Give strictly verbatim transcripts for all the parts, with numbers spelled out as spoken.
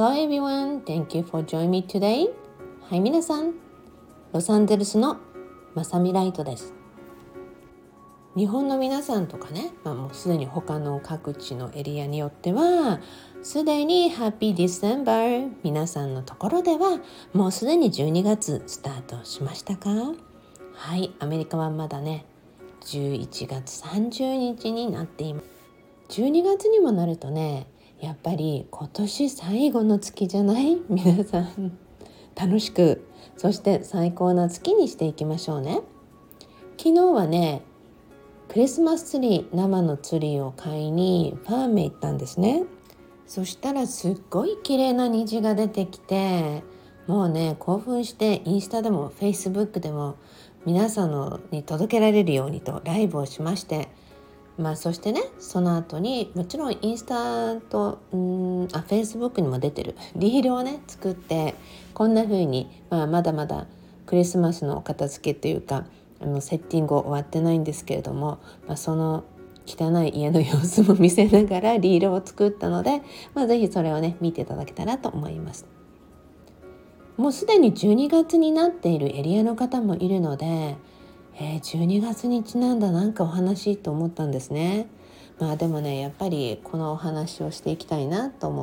Hello everyone, thank you for joining me today. はい、皆さん、ロサンゼルスのまさみライトです。日本の皆さんとかね、まあ、もうすでに他の各地のエリアによってはすでに Happy December、 皆さんのところではもうすでにじゅうにがつスタートしましたか？はい、アメリカはまだねじゅういちがつさんじゅうにちになっています。じゅうにがつにもなるとね、やっぱり今年最後の月じゃない？皆さん楽しく、そして最高な月にしていきましょうね。昨日はねクリスマスツリー、生のツリーを買いにファームへ行ったんですね。そしたらすっごい綺麗な虹が出てきて、もうね興奮してインスタでもフェイスブックでも皆さんのに届けられるようにとライブをしまして、まあ、そしてねその後にもちろんインスタとうーんあフェイスブックにも出てるリールをね作って、こんな風に、まあ、まだまだクリスマスの片付けというかあのセッティング終わってないんですけれども、まあ、その汚い家の様子も見せながらリールを作ったので、まあ、ぜひそれをね見ていただけたらと思います。もうすでにじゅうにがつになっているエリアの方もいるので、えー、じゅうにがつにちなんだなんかお話と思ったんですね。まあでもねやっぱりこのお話をしていきたいなと思って、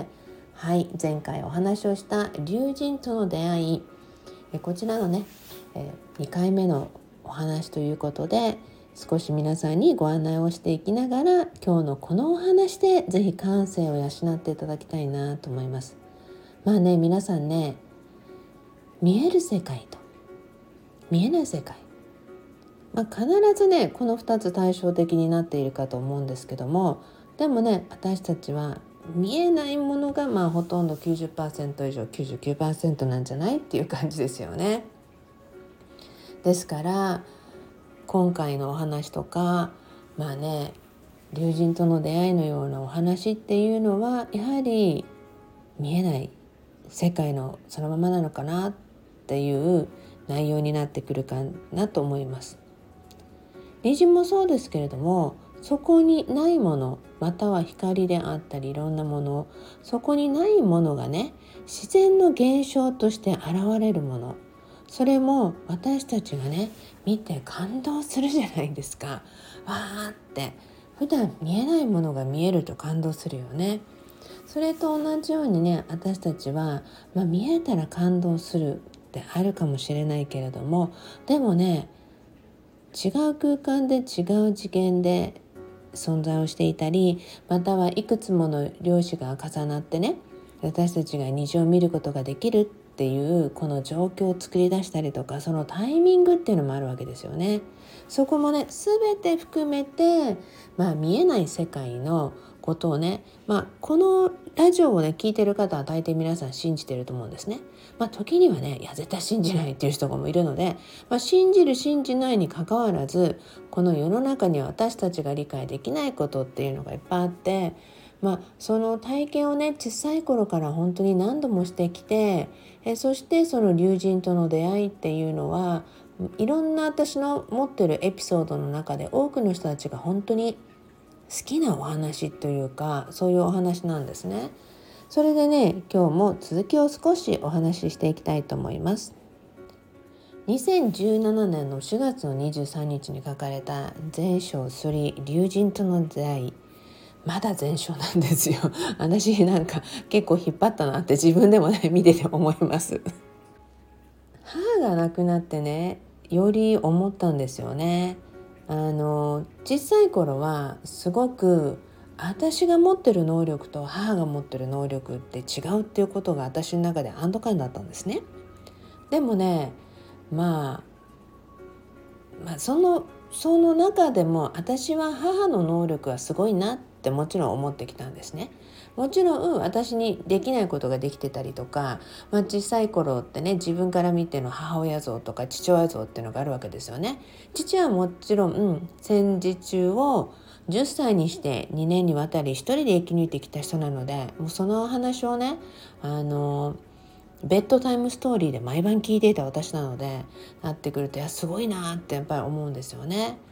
はい、前回お話をした龍神との出会い、えこちらのね、えー、にかいめのお話ということで少し皆さんにご案内をしていきながら、今日のこのお話でぜひ感性を養っていただきたいなと思います。まあね皆さんね、見える世界と見えない世界、まあ、必ずねこのふたつ対照的になっているかと思うんですけども、でもね私たちは見えないものがまあほとんど きゅうじゅっパーセント 以上 きゅうじゅうきゅうパーセント なんじゃないっていう感じですよね。ですから今回のお話とか、まあね龍神との出会いのようなお話っていうのはやはり見えない世界のそのままなのかなっていう内容になってくるかなと思います。虹もそうですけれども、そこにないもの、または光であったりいろんなもの、そこにないものがね自然の現象として現れるもの、それも私たちがね見て感動するじゃないですか。わーって普段見えないものが見えると感動するよね。それと同じようにね私たちは、まあ、見えたら感動するってあるかもしれないけれども、でもね違う空間で違う次元で存在をしていたり、またはいくつもの量子が重なってね私たちが虹を見ることができるっていうこの状況を作り出したりとか、そのタイミングっていうのもあるわけですよね。そこもね全て含めて、まあ、見えない世界のことをね、まあ、このラジオをね聞いてる方は大抵皆さん信じてると思うんですね。まあ、時にはねいや絶対信じないっていう人もいるので、まあ、信じる信じないにかかわらずこの世の中には私たちが理解できないことっていうのがいっぱいあって、まあ、その体験をね小さい頃から本当に何度もしてきて、えそしてその龍神との出会いっていうのはいろんな私の持ってるエピソードの中で多くの人たちが本当に好きなお話というかそういうお話なんですね。それでね今日も続きを少しお話ししていきたいと思います。にせんじゅうななねんのしがつのにじゅうさんにちに書かれた全章スリー龍神との出会い、まだ全章なんですよ。私なんか結構引っ張ったなって自分でもね見てて思います。母が亡くなってねより思ったんですよね。あの小さい頃はすごく私が持ってる能力と母が持ってる能力って違うっていうことが私の中で安堵感だったんですね。でもね、まあ、まあそのその中でも私は母の能力はすごいなってもちろん思ってきたんですね。もちろん私にできないことができてたりとか、まあ、小さい頃ってね自分から見ての母親像とか父親像っていうのがあるわけですよね。父はもちろん、うん、戦時中をじゅっさいにしてにねんにわたり一人で生き抜いてきた人なので、もうその話をねあのベッドタイムストーリーで毎晩聞いていた私なので、なってくるといやすごいなってやっぱり思うんですよね。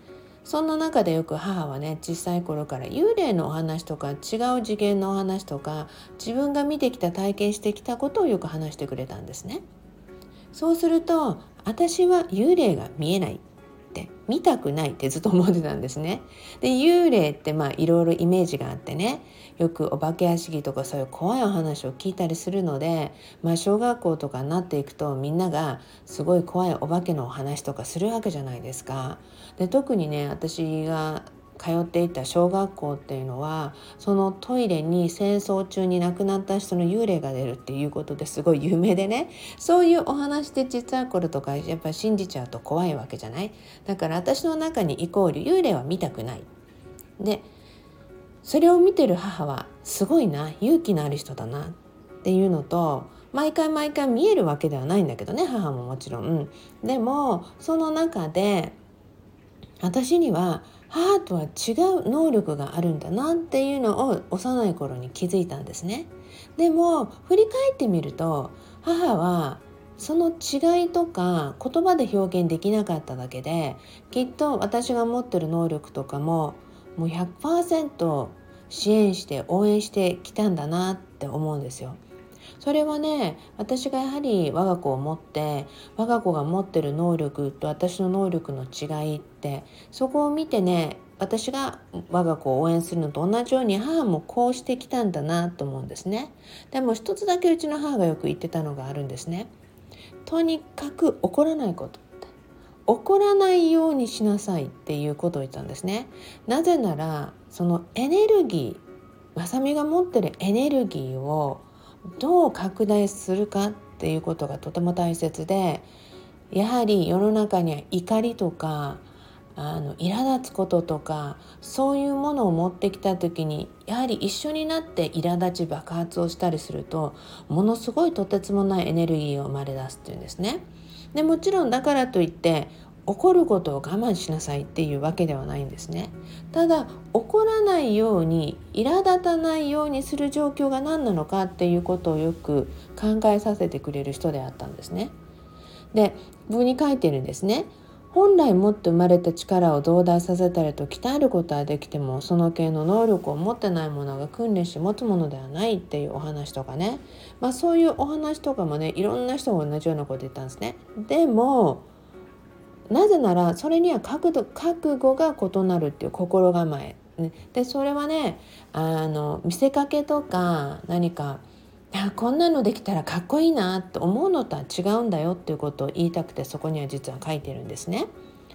そんな中でよく母はね、小さい頃から幽霊のお話とか違う次元のお話とか、自分が見てきた体験してきたことをよく話してくれたんですね。そうすると、私は幽霊が見えないって見たくないってずっと思ってたんですね。で、幽霊ってまあいろいろイメージがあってね、よくお化け屋敷とかそういう怖いお話を聞いたりするので、まあ小学校とかになっていくとみんながすごい怖いお化けのお話とかするわけじゃないですか。で、特にね、私が通っていた小学校っていうのは、そのトイレに戦争中に亡くなった人の幽霊が出るっていうことですごい有名でね、そういうお話で小さい頃とかやっぱり信じちゃうと怖いわけじゃない。だから私の中にイコール幽霊は見たくない。で、それを見てる母はすごいな、勇気のある人だなっていうのと、毎回毎回見えるわけではないんだけどね、母ももちろん。でもその中で私には母とは違う能力があるんだなっていうのを幼い頃に気づいたんですね。でも振り返ってみると、母はその違いとか言葉で表現できなかっただけで、きっと私が持ってる能力とかももう ひゃくパーセント 支援して応援してきたんだなって思うんですよ。それはね、私がやはり我が子を持って、我が子が持ってる能力と私の能力の違いって、そこを見てね、私が我が子を応援するのと同じように母もこうしてきたんだなと思うんですね。でも一つだけうちの母がよく言ってたのがあるんですね。とにかく怒らないこと、怒らないようにしなさいっていうことを言ったんですね。なぜなら、そのエネルギー、まさみが持ってるエネルギーをどう拡大するかっていうことがとても大切で、やはり世の中には怒りとかあの苛立つこととか、そういうものを持ってきた時に、やはり一緒になって苛立ち爆発をしたりすると、ものすごいとてつもないエネルギーを生まれ出すっていうんですね。でもちろんだからといって怒ることを我慢しなさいっていうわけではないんですね。ただ怒らないように、苛立たないようにする状況が何なのかっていうことをよく考えさせてくれる人であったんですね。で、文に書いてるんですね。本来持って生まれた力を増大させたりと鍛えることはできても、その系の能力を持ってないものが訓練し持つものではないっていうお話とかね、まあ、そういうお話とかもね、いろんな人が同じようなこと言ったんですね。でもなぜなら、それには覚悟、覚悟が異なるっていう心構えで、それはね、あの見せかけとか何か、あ、こんなのできたらかっこいいなと思うのとは違うんだよっていうことを言いたくて、そこには実は書いてるんですね。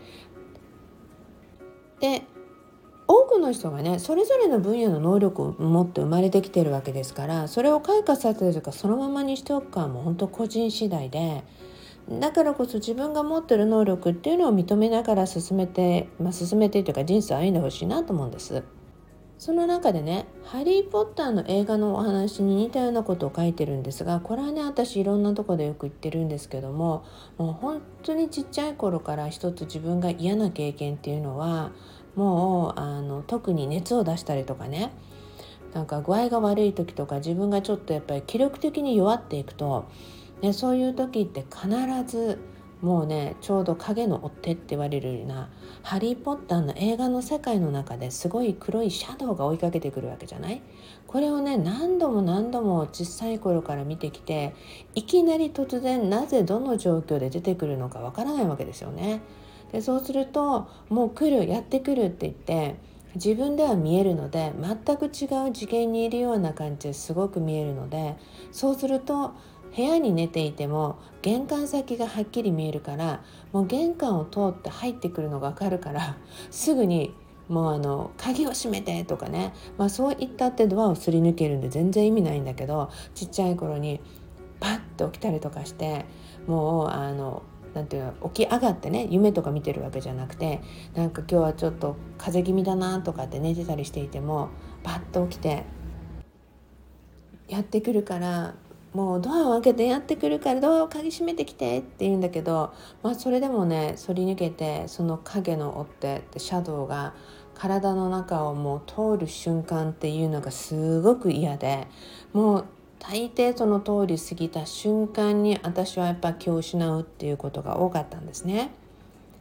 で、多くの人がね、それぞれの分野の能力を持って生まれてきてるわけですから、それを開花させるかそのままにしておくかはもう本当個人次第で、だからこそ自分が持ってる能力っていうのを認めながら進めて、まあ、進めてというか人生を歩んでほしいなと思うんです。その中でね、ハリー・ポッターの映画のお話に似たようなことを書いてるんですが、これはね、私いろんなところでよく言ってるんですけども、もう本当にちっちゃい頃から一つ自分が嫌な経験っていうのは、もうあの特に熱を出したりとかね、なんか具合が悪い時とか、自分がちょっとやっぱり気力的に弱っていくと、ね、そういう時って必ずもうね、ちょうど影の追っ手って言われるようなハリー・ポッターの映画の世界の中ですごい黒いシャドウが追いかけてくるわけじゃない。これをね、何度も何度も小さい頃から見てきて、いきなり突然なぜどの状況で出てくるのかわからないわけですよね。で、そうするともう来る、やってくるって言って自分では見えるので、全く違う次元にいるような感じですごく見えるので、そうすると部屋に寝ていても玄関先がはっきり見えるから、もう玄関を通って入ってくるのが分かるから、すぐにもうあの鍵を閉めてとかね、まあ、そういったってドアをすり抜けるんで全然意味ないんだけど、ちっちゃい頃にパッと起きたりとかして、もうあのなんていうの、起き上がってね、夢とか見てるわけじゃなくて、なんか今日はちょっと風邪気味だなとかって寝てたりしていても、パッと起きてやってくるから、もうドアを開けてやってくるからドアを鍵閉めてきてって言うんだけど、まあ、それでもね、反り抜けてその影の追ってシャドウが体の中をもう通る瞬間っていうのがすごく嫌で、もう大抵その通り過ぎた瞬間に私はやっぱ気を失うっていうことが多かったんですね。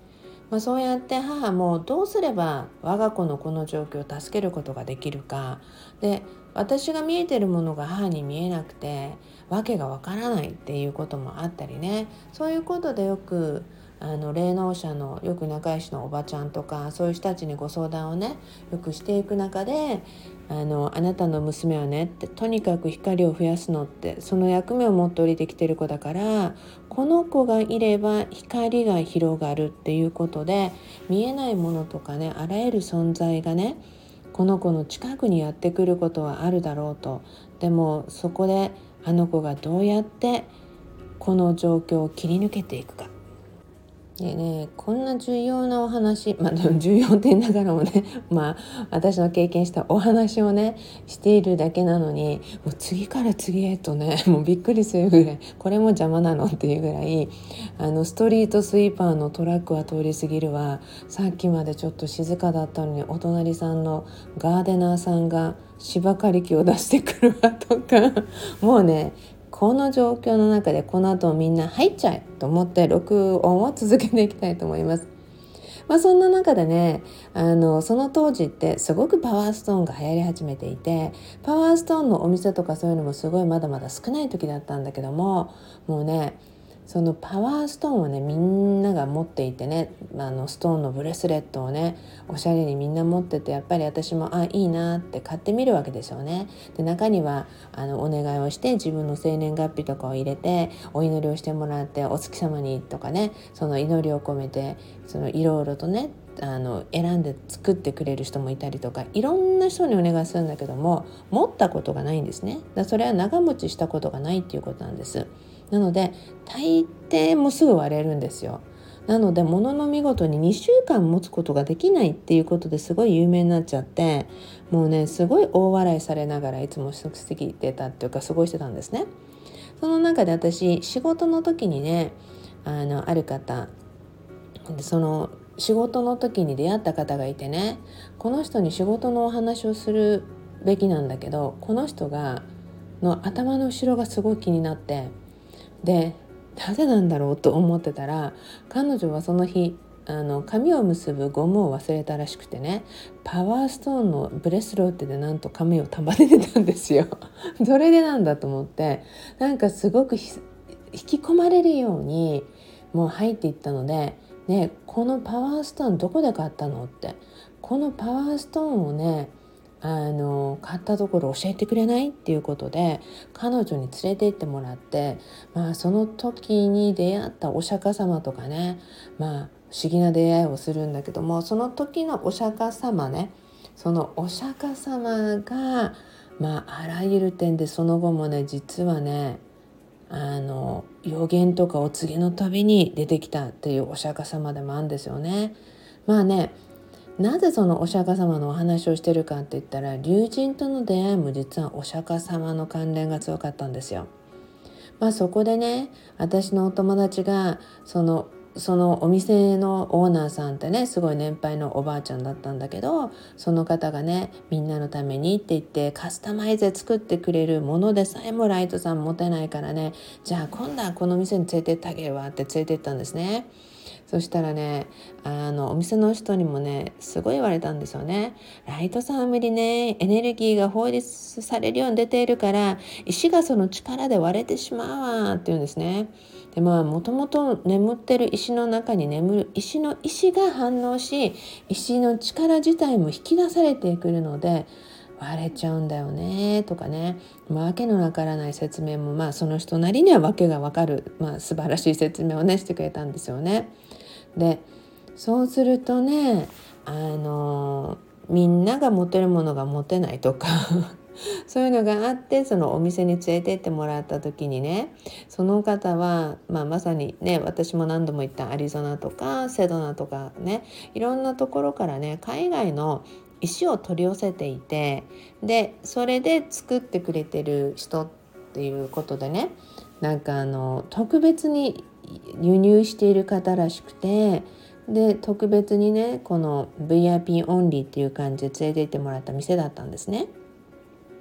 まあ、そうやって母もどうすれば我が子のこの状況を助けることができるかで、私が見えてるものが母に見えなくてわけがわからないっていうこともあったりね、そういうことでよくあの霊能者のよく仲良しのおばちゃんとかそういう人たちにご相談をねよくしていく中で、あのあなたの娘はねってとにかく光を増やすのってその役目を持って降りてきてる子だから、この子がいれば光が広がるっていうことで、見えないものとかね、あらゆる存在がねこの子の近くにやってくることはあるだろうと。でもそこであの子がどうやってこの状況を切り抜けていくかでね、こんな重要なお話、まあ、重要点ながらもねまあ私の経験したお話をねしているだけなのに、もう次から次へとねもうびっくりするぐらい、これも邪魔なのっていうぐらい、あのストリートスイーパーのトラックは通り過ぎるわ、さっきまでちょっと静かだったのにお隣さんのガーデナーさんが芝刈り機を出してくるわとかもうねこの状況の中でこの後みんな入っちゃえと思って録音を続けていきたいと思います。まあ、そんな中でね、あのその当時ってすごくパワーストーンが流行り始めていて、パワーストーンのお店とかそういうのもすごいまだまだ少ない時だったんだけども、もうねそのパワーストーンをねみんなが持っていてね、あのストーンのブレスレットをねおしゃれにみんな持ってて、やっぱり私もあいいなって買ってみるわけですよね。で中にはあのお願いをして自分の生年月日とかを入れてお祈りをしてもらって、お月様にとかね、その祈りを込めてそのいろいろとねあの選んで作ってくれる人もいたりとか、いろんな人にお願いするんだけども持ったことがないんですね。だそれは長持ちしたことがないっていうことなんです。なので大抵もすぐ割れるんですよ。なので物の見事ににしゅうかん持つことができないっていうことですごい有名になっちゃって、もうねすごい大笑いされながらいつも即席出たっていうか過ごしてたんですね。その中で私仕事の時にね、あのある方で、その仕事の時に出会った方がいてね、この人に仕事のお話をするべきなんだけど、この人がの頭の後ろがすごい気になって、でなぜなんだろうと思ってたら、彼女はその日あの髪を結ぶゴムを忘れたらしくてね、パワーストーンのブレスロットでなんと髪を束ねてたんですよそれでなんだと思って、なんかすごく引き込まれるようにもう入っていったので、ね、このパワーストーンどこで買ったのって、このパワーストーンをねあの買ったところ教えてくれないっていうことで彼女に連れて行ってもらって、まあ、その時に出会ったお釈迦様とかね、まあ、不思議な出会いをするんだけども、その時のお釈迦様ね、そのお釈迦様が、まあ、あらゆる点でその後もね実はねあの予言とかお告げのたびに出てきたっていうお釈迦様でもあるんですよね。まあね、なぜそのお釈迦様のお話をしてるかって言ったら、龍神との出会いも実はお釈迦様の関連が強かったんですよ。まあそこでね、私のお友達がそのそのお店のオーナーさんってねすごい年配のおばあちゃんだったんだけど、その方がねみんなのためにって言ってカスタマイズで作ってくれるものでさえもライトさん持てないからね、じゃあ今度はこの店に連れてってあげるわって連れてったんですね。そしたらね、あのお店の人にもねすごい言われたんですよね。ライトさんは無理ね、エネルギーが放出されるように出ているから石がその力で割れてしまうわって言うんですね。でまあもともと眠ってる石の中に眠る石の石が反応し、石の力自体も引き出されてくるので割れちゃうんだよねとかね、わけのわからない説明もまあその人なりにはわけがわかる、まあ、素晴らしい説明をねしてくれたんですよね。でそうするとね、あのみんなが持てるものが持てないとかそういうのがあって、そのお店に連れてってもらった時にね、その方は、まあ、まさにね私も何度も言ったアリゾナとかセドナとかね、いろんなところからね海外の石を取り寄せていて、でそれで作ってくれてる人っていうことでね、なんかあの特別に輸入している方らしくて、で特別にねこの ブイアイピー オンリーっていう感じで連れて行ってもらった店だったんですね。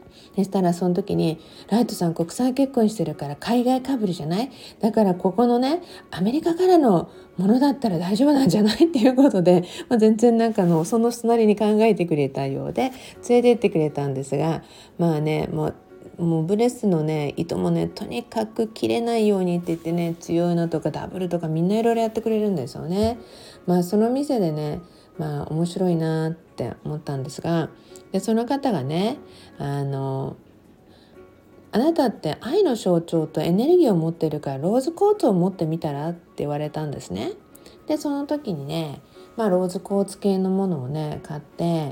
そしたらその時にライトさん国際結婚してるから海外かぶりじゃない？だからここのねアメリカからのものだったら大丈夫なんじゃないっていうことで、まあ、全然なんかのその人なりに考えてくれたようで連れてってくれたんですが、まあねもうもうブレスのね糸もねとにかく切れないようにって言ってね、強いのとかダブルとかみんないろいろやってくれるんですよね。まあその店でねまあ面白いなって思ったんですが、でその方がねあのあなたって愛の象徴とエネルギーを持ってるからローズコーツを持ってみたらって言われたんですね。でその時にねまあ、ローズコーツ系のものをね買って、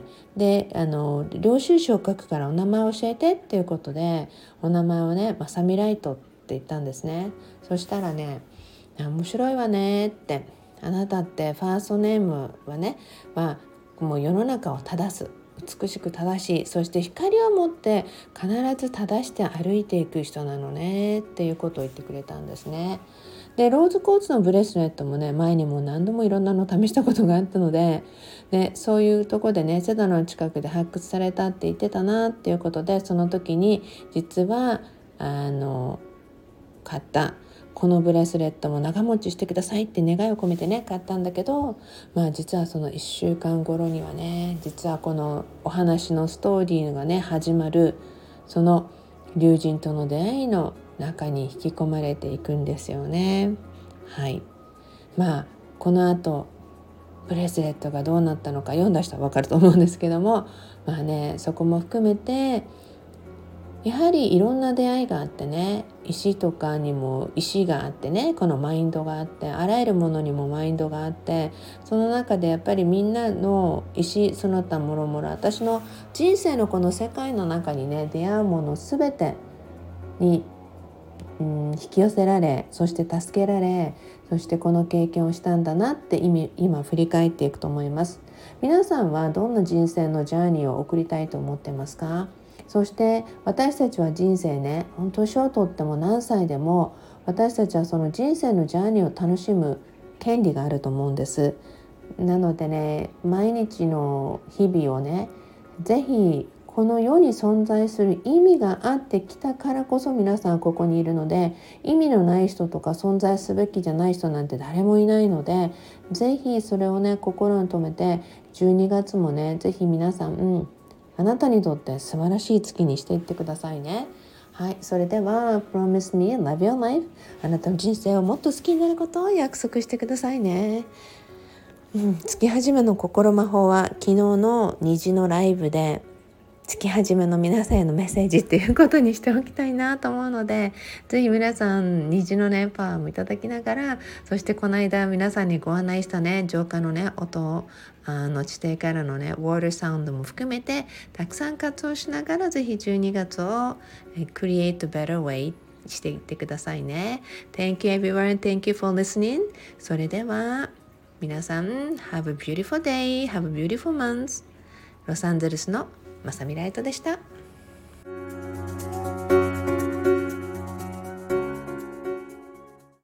であの領収書を書くからお名前を教えてっていうことでお名前をねまさみライトって言ったんですね。そしたらね面白いわねって、あなたってファーストネームはね、まあ、もう世の中を正す、美しく正しい、そして光を持って必ず正して歩いていく人なのねっていうことを言ってくれたんですね。でローズコーツのブレスレットもね前にも何度もいろんなの試したことがあったので、でそういうとこでねセダの近くで発掘されたって言ってたなっていうことで、その時に実はあの買ったこのブレスレットも長持ちしてくださいって願いを込めてね買ったんだけど、まあ実はそのいっしゅうかん頃にはね実はこのお話のストーリーがね始まるその龍神との出会いの中に引き込まれていくんですよね。はい。まあこの後ブレスレットがどうなったのか読んだ人は分かると思うんですけども、まあねそこも含めてやはりいろんな出会いがあってね、石とかにも石があってね、このマインドがあって、あらゆるものにもマインドがあって、その中でやっぱりみんなの石その他もろもろ、私の人生のこの世界の中にね出会うものすべてに、うん、引き寄せられ、そして助けられ、そしてこの経験をしたんだなって今、今振り返っていくと思います。皆さんはどんな人生のジャーニーを送りたいと思ってますか？そして私たちは人生ね、本当年をとっても何歳でも私たちはその人生のジャーニーを楽しむ権利があると思うんです。なのでね、毎日の日々をね、ぜひこの世に存在する意味があってきたからこそ皆さんここにいるので、意味のない人とか存在すべきじゃない人なんて誰もいないので、ぜひそれをね心に留めてじゅうにがつもねぜひ皆さん、うん、あなたにとって素晴らしい月にしていってくださいね。はい、それでは Promise me love your life、 あなたの人生をもっと好きになることを約束してくださいね。うん、月始めの心魔法は昨日の虹のライブで月始めの皆さんへのメッセージっていうことにしておきたいなと思うので、ぜひ皆さん虹のねパワーもいただきながら、そしてこの間皆さんにご案内したね浄化のね音をあの地底からのねウォーターサウンドも含めてたくさん活用しながら、ぜひじゅうにがつを Create a Better Way していってくださいね。 Thank you everyone, thank you for listening。 それでは皆さん Have a beautiful day, have a beautiful month。 ロサンゼルスのまさみライトでした。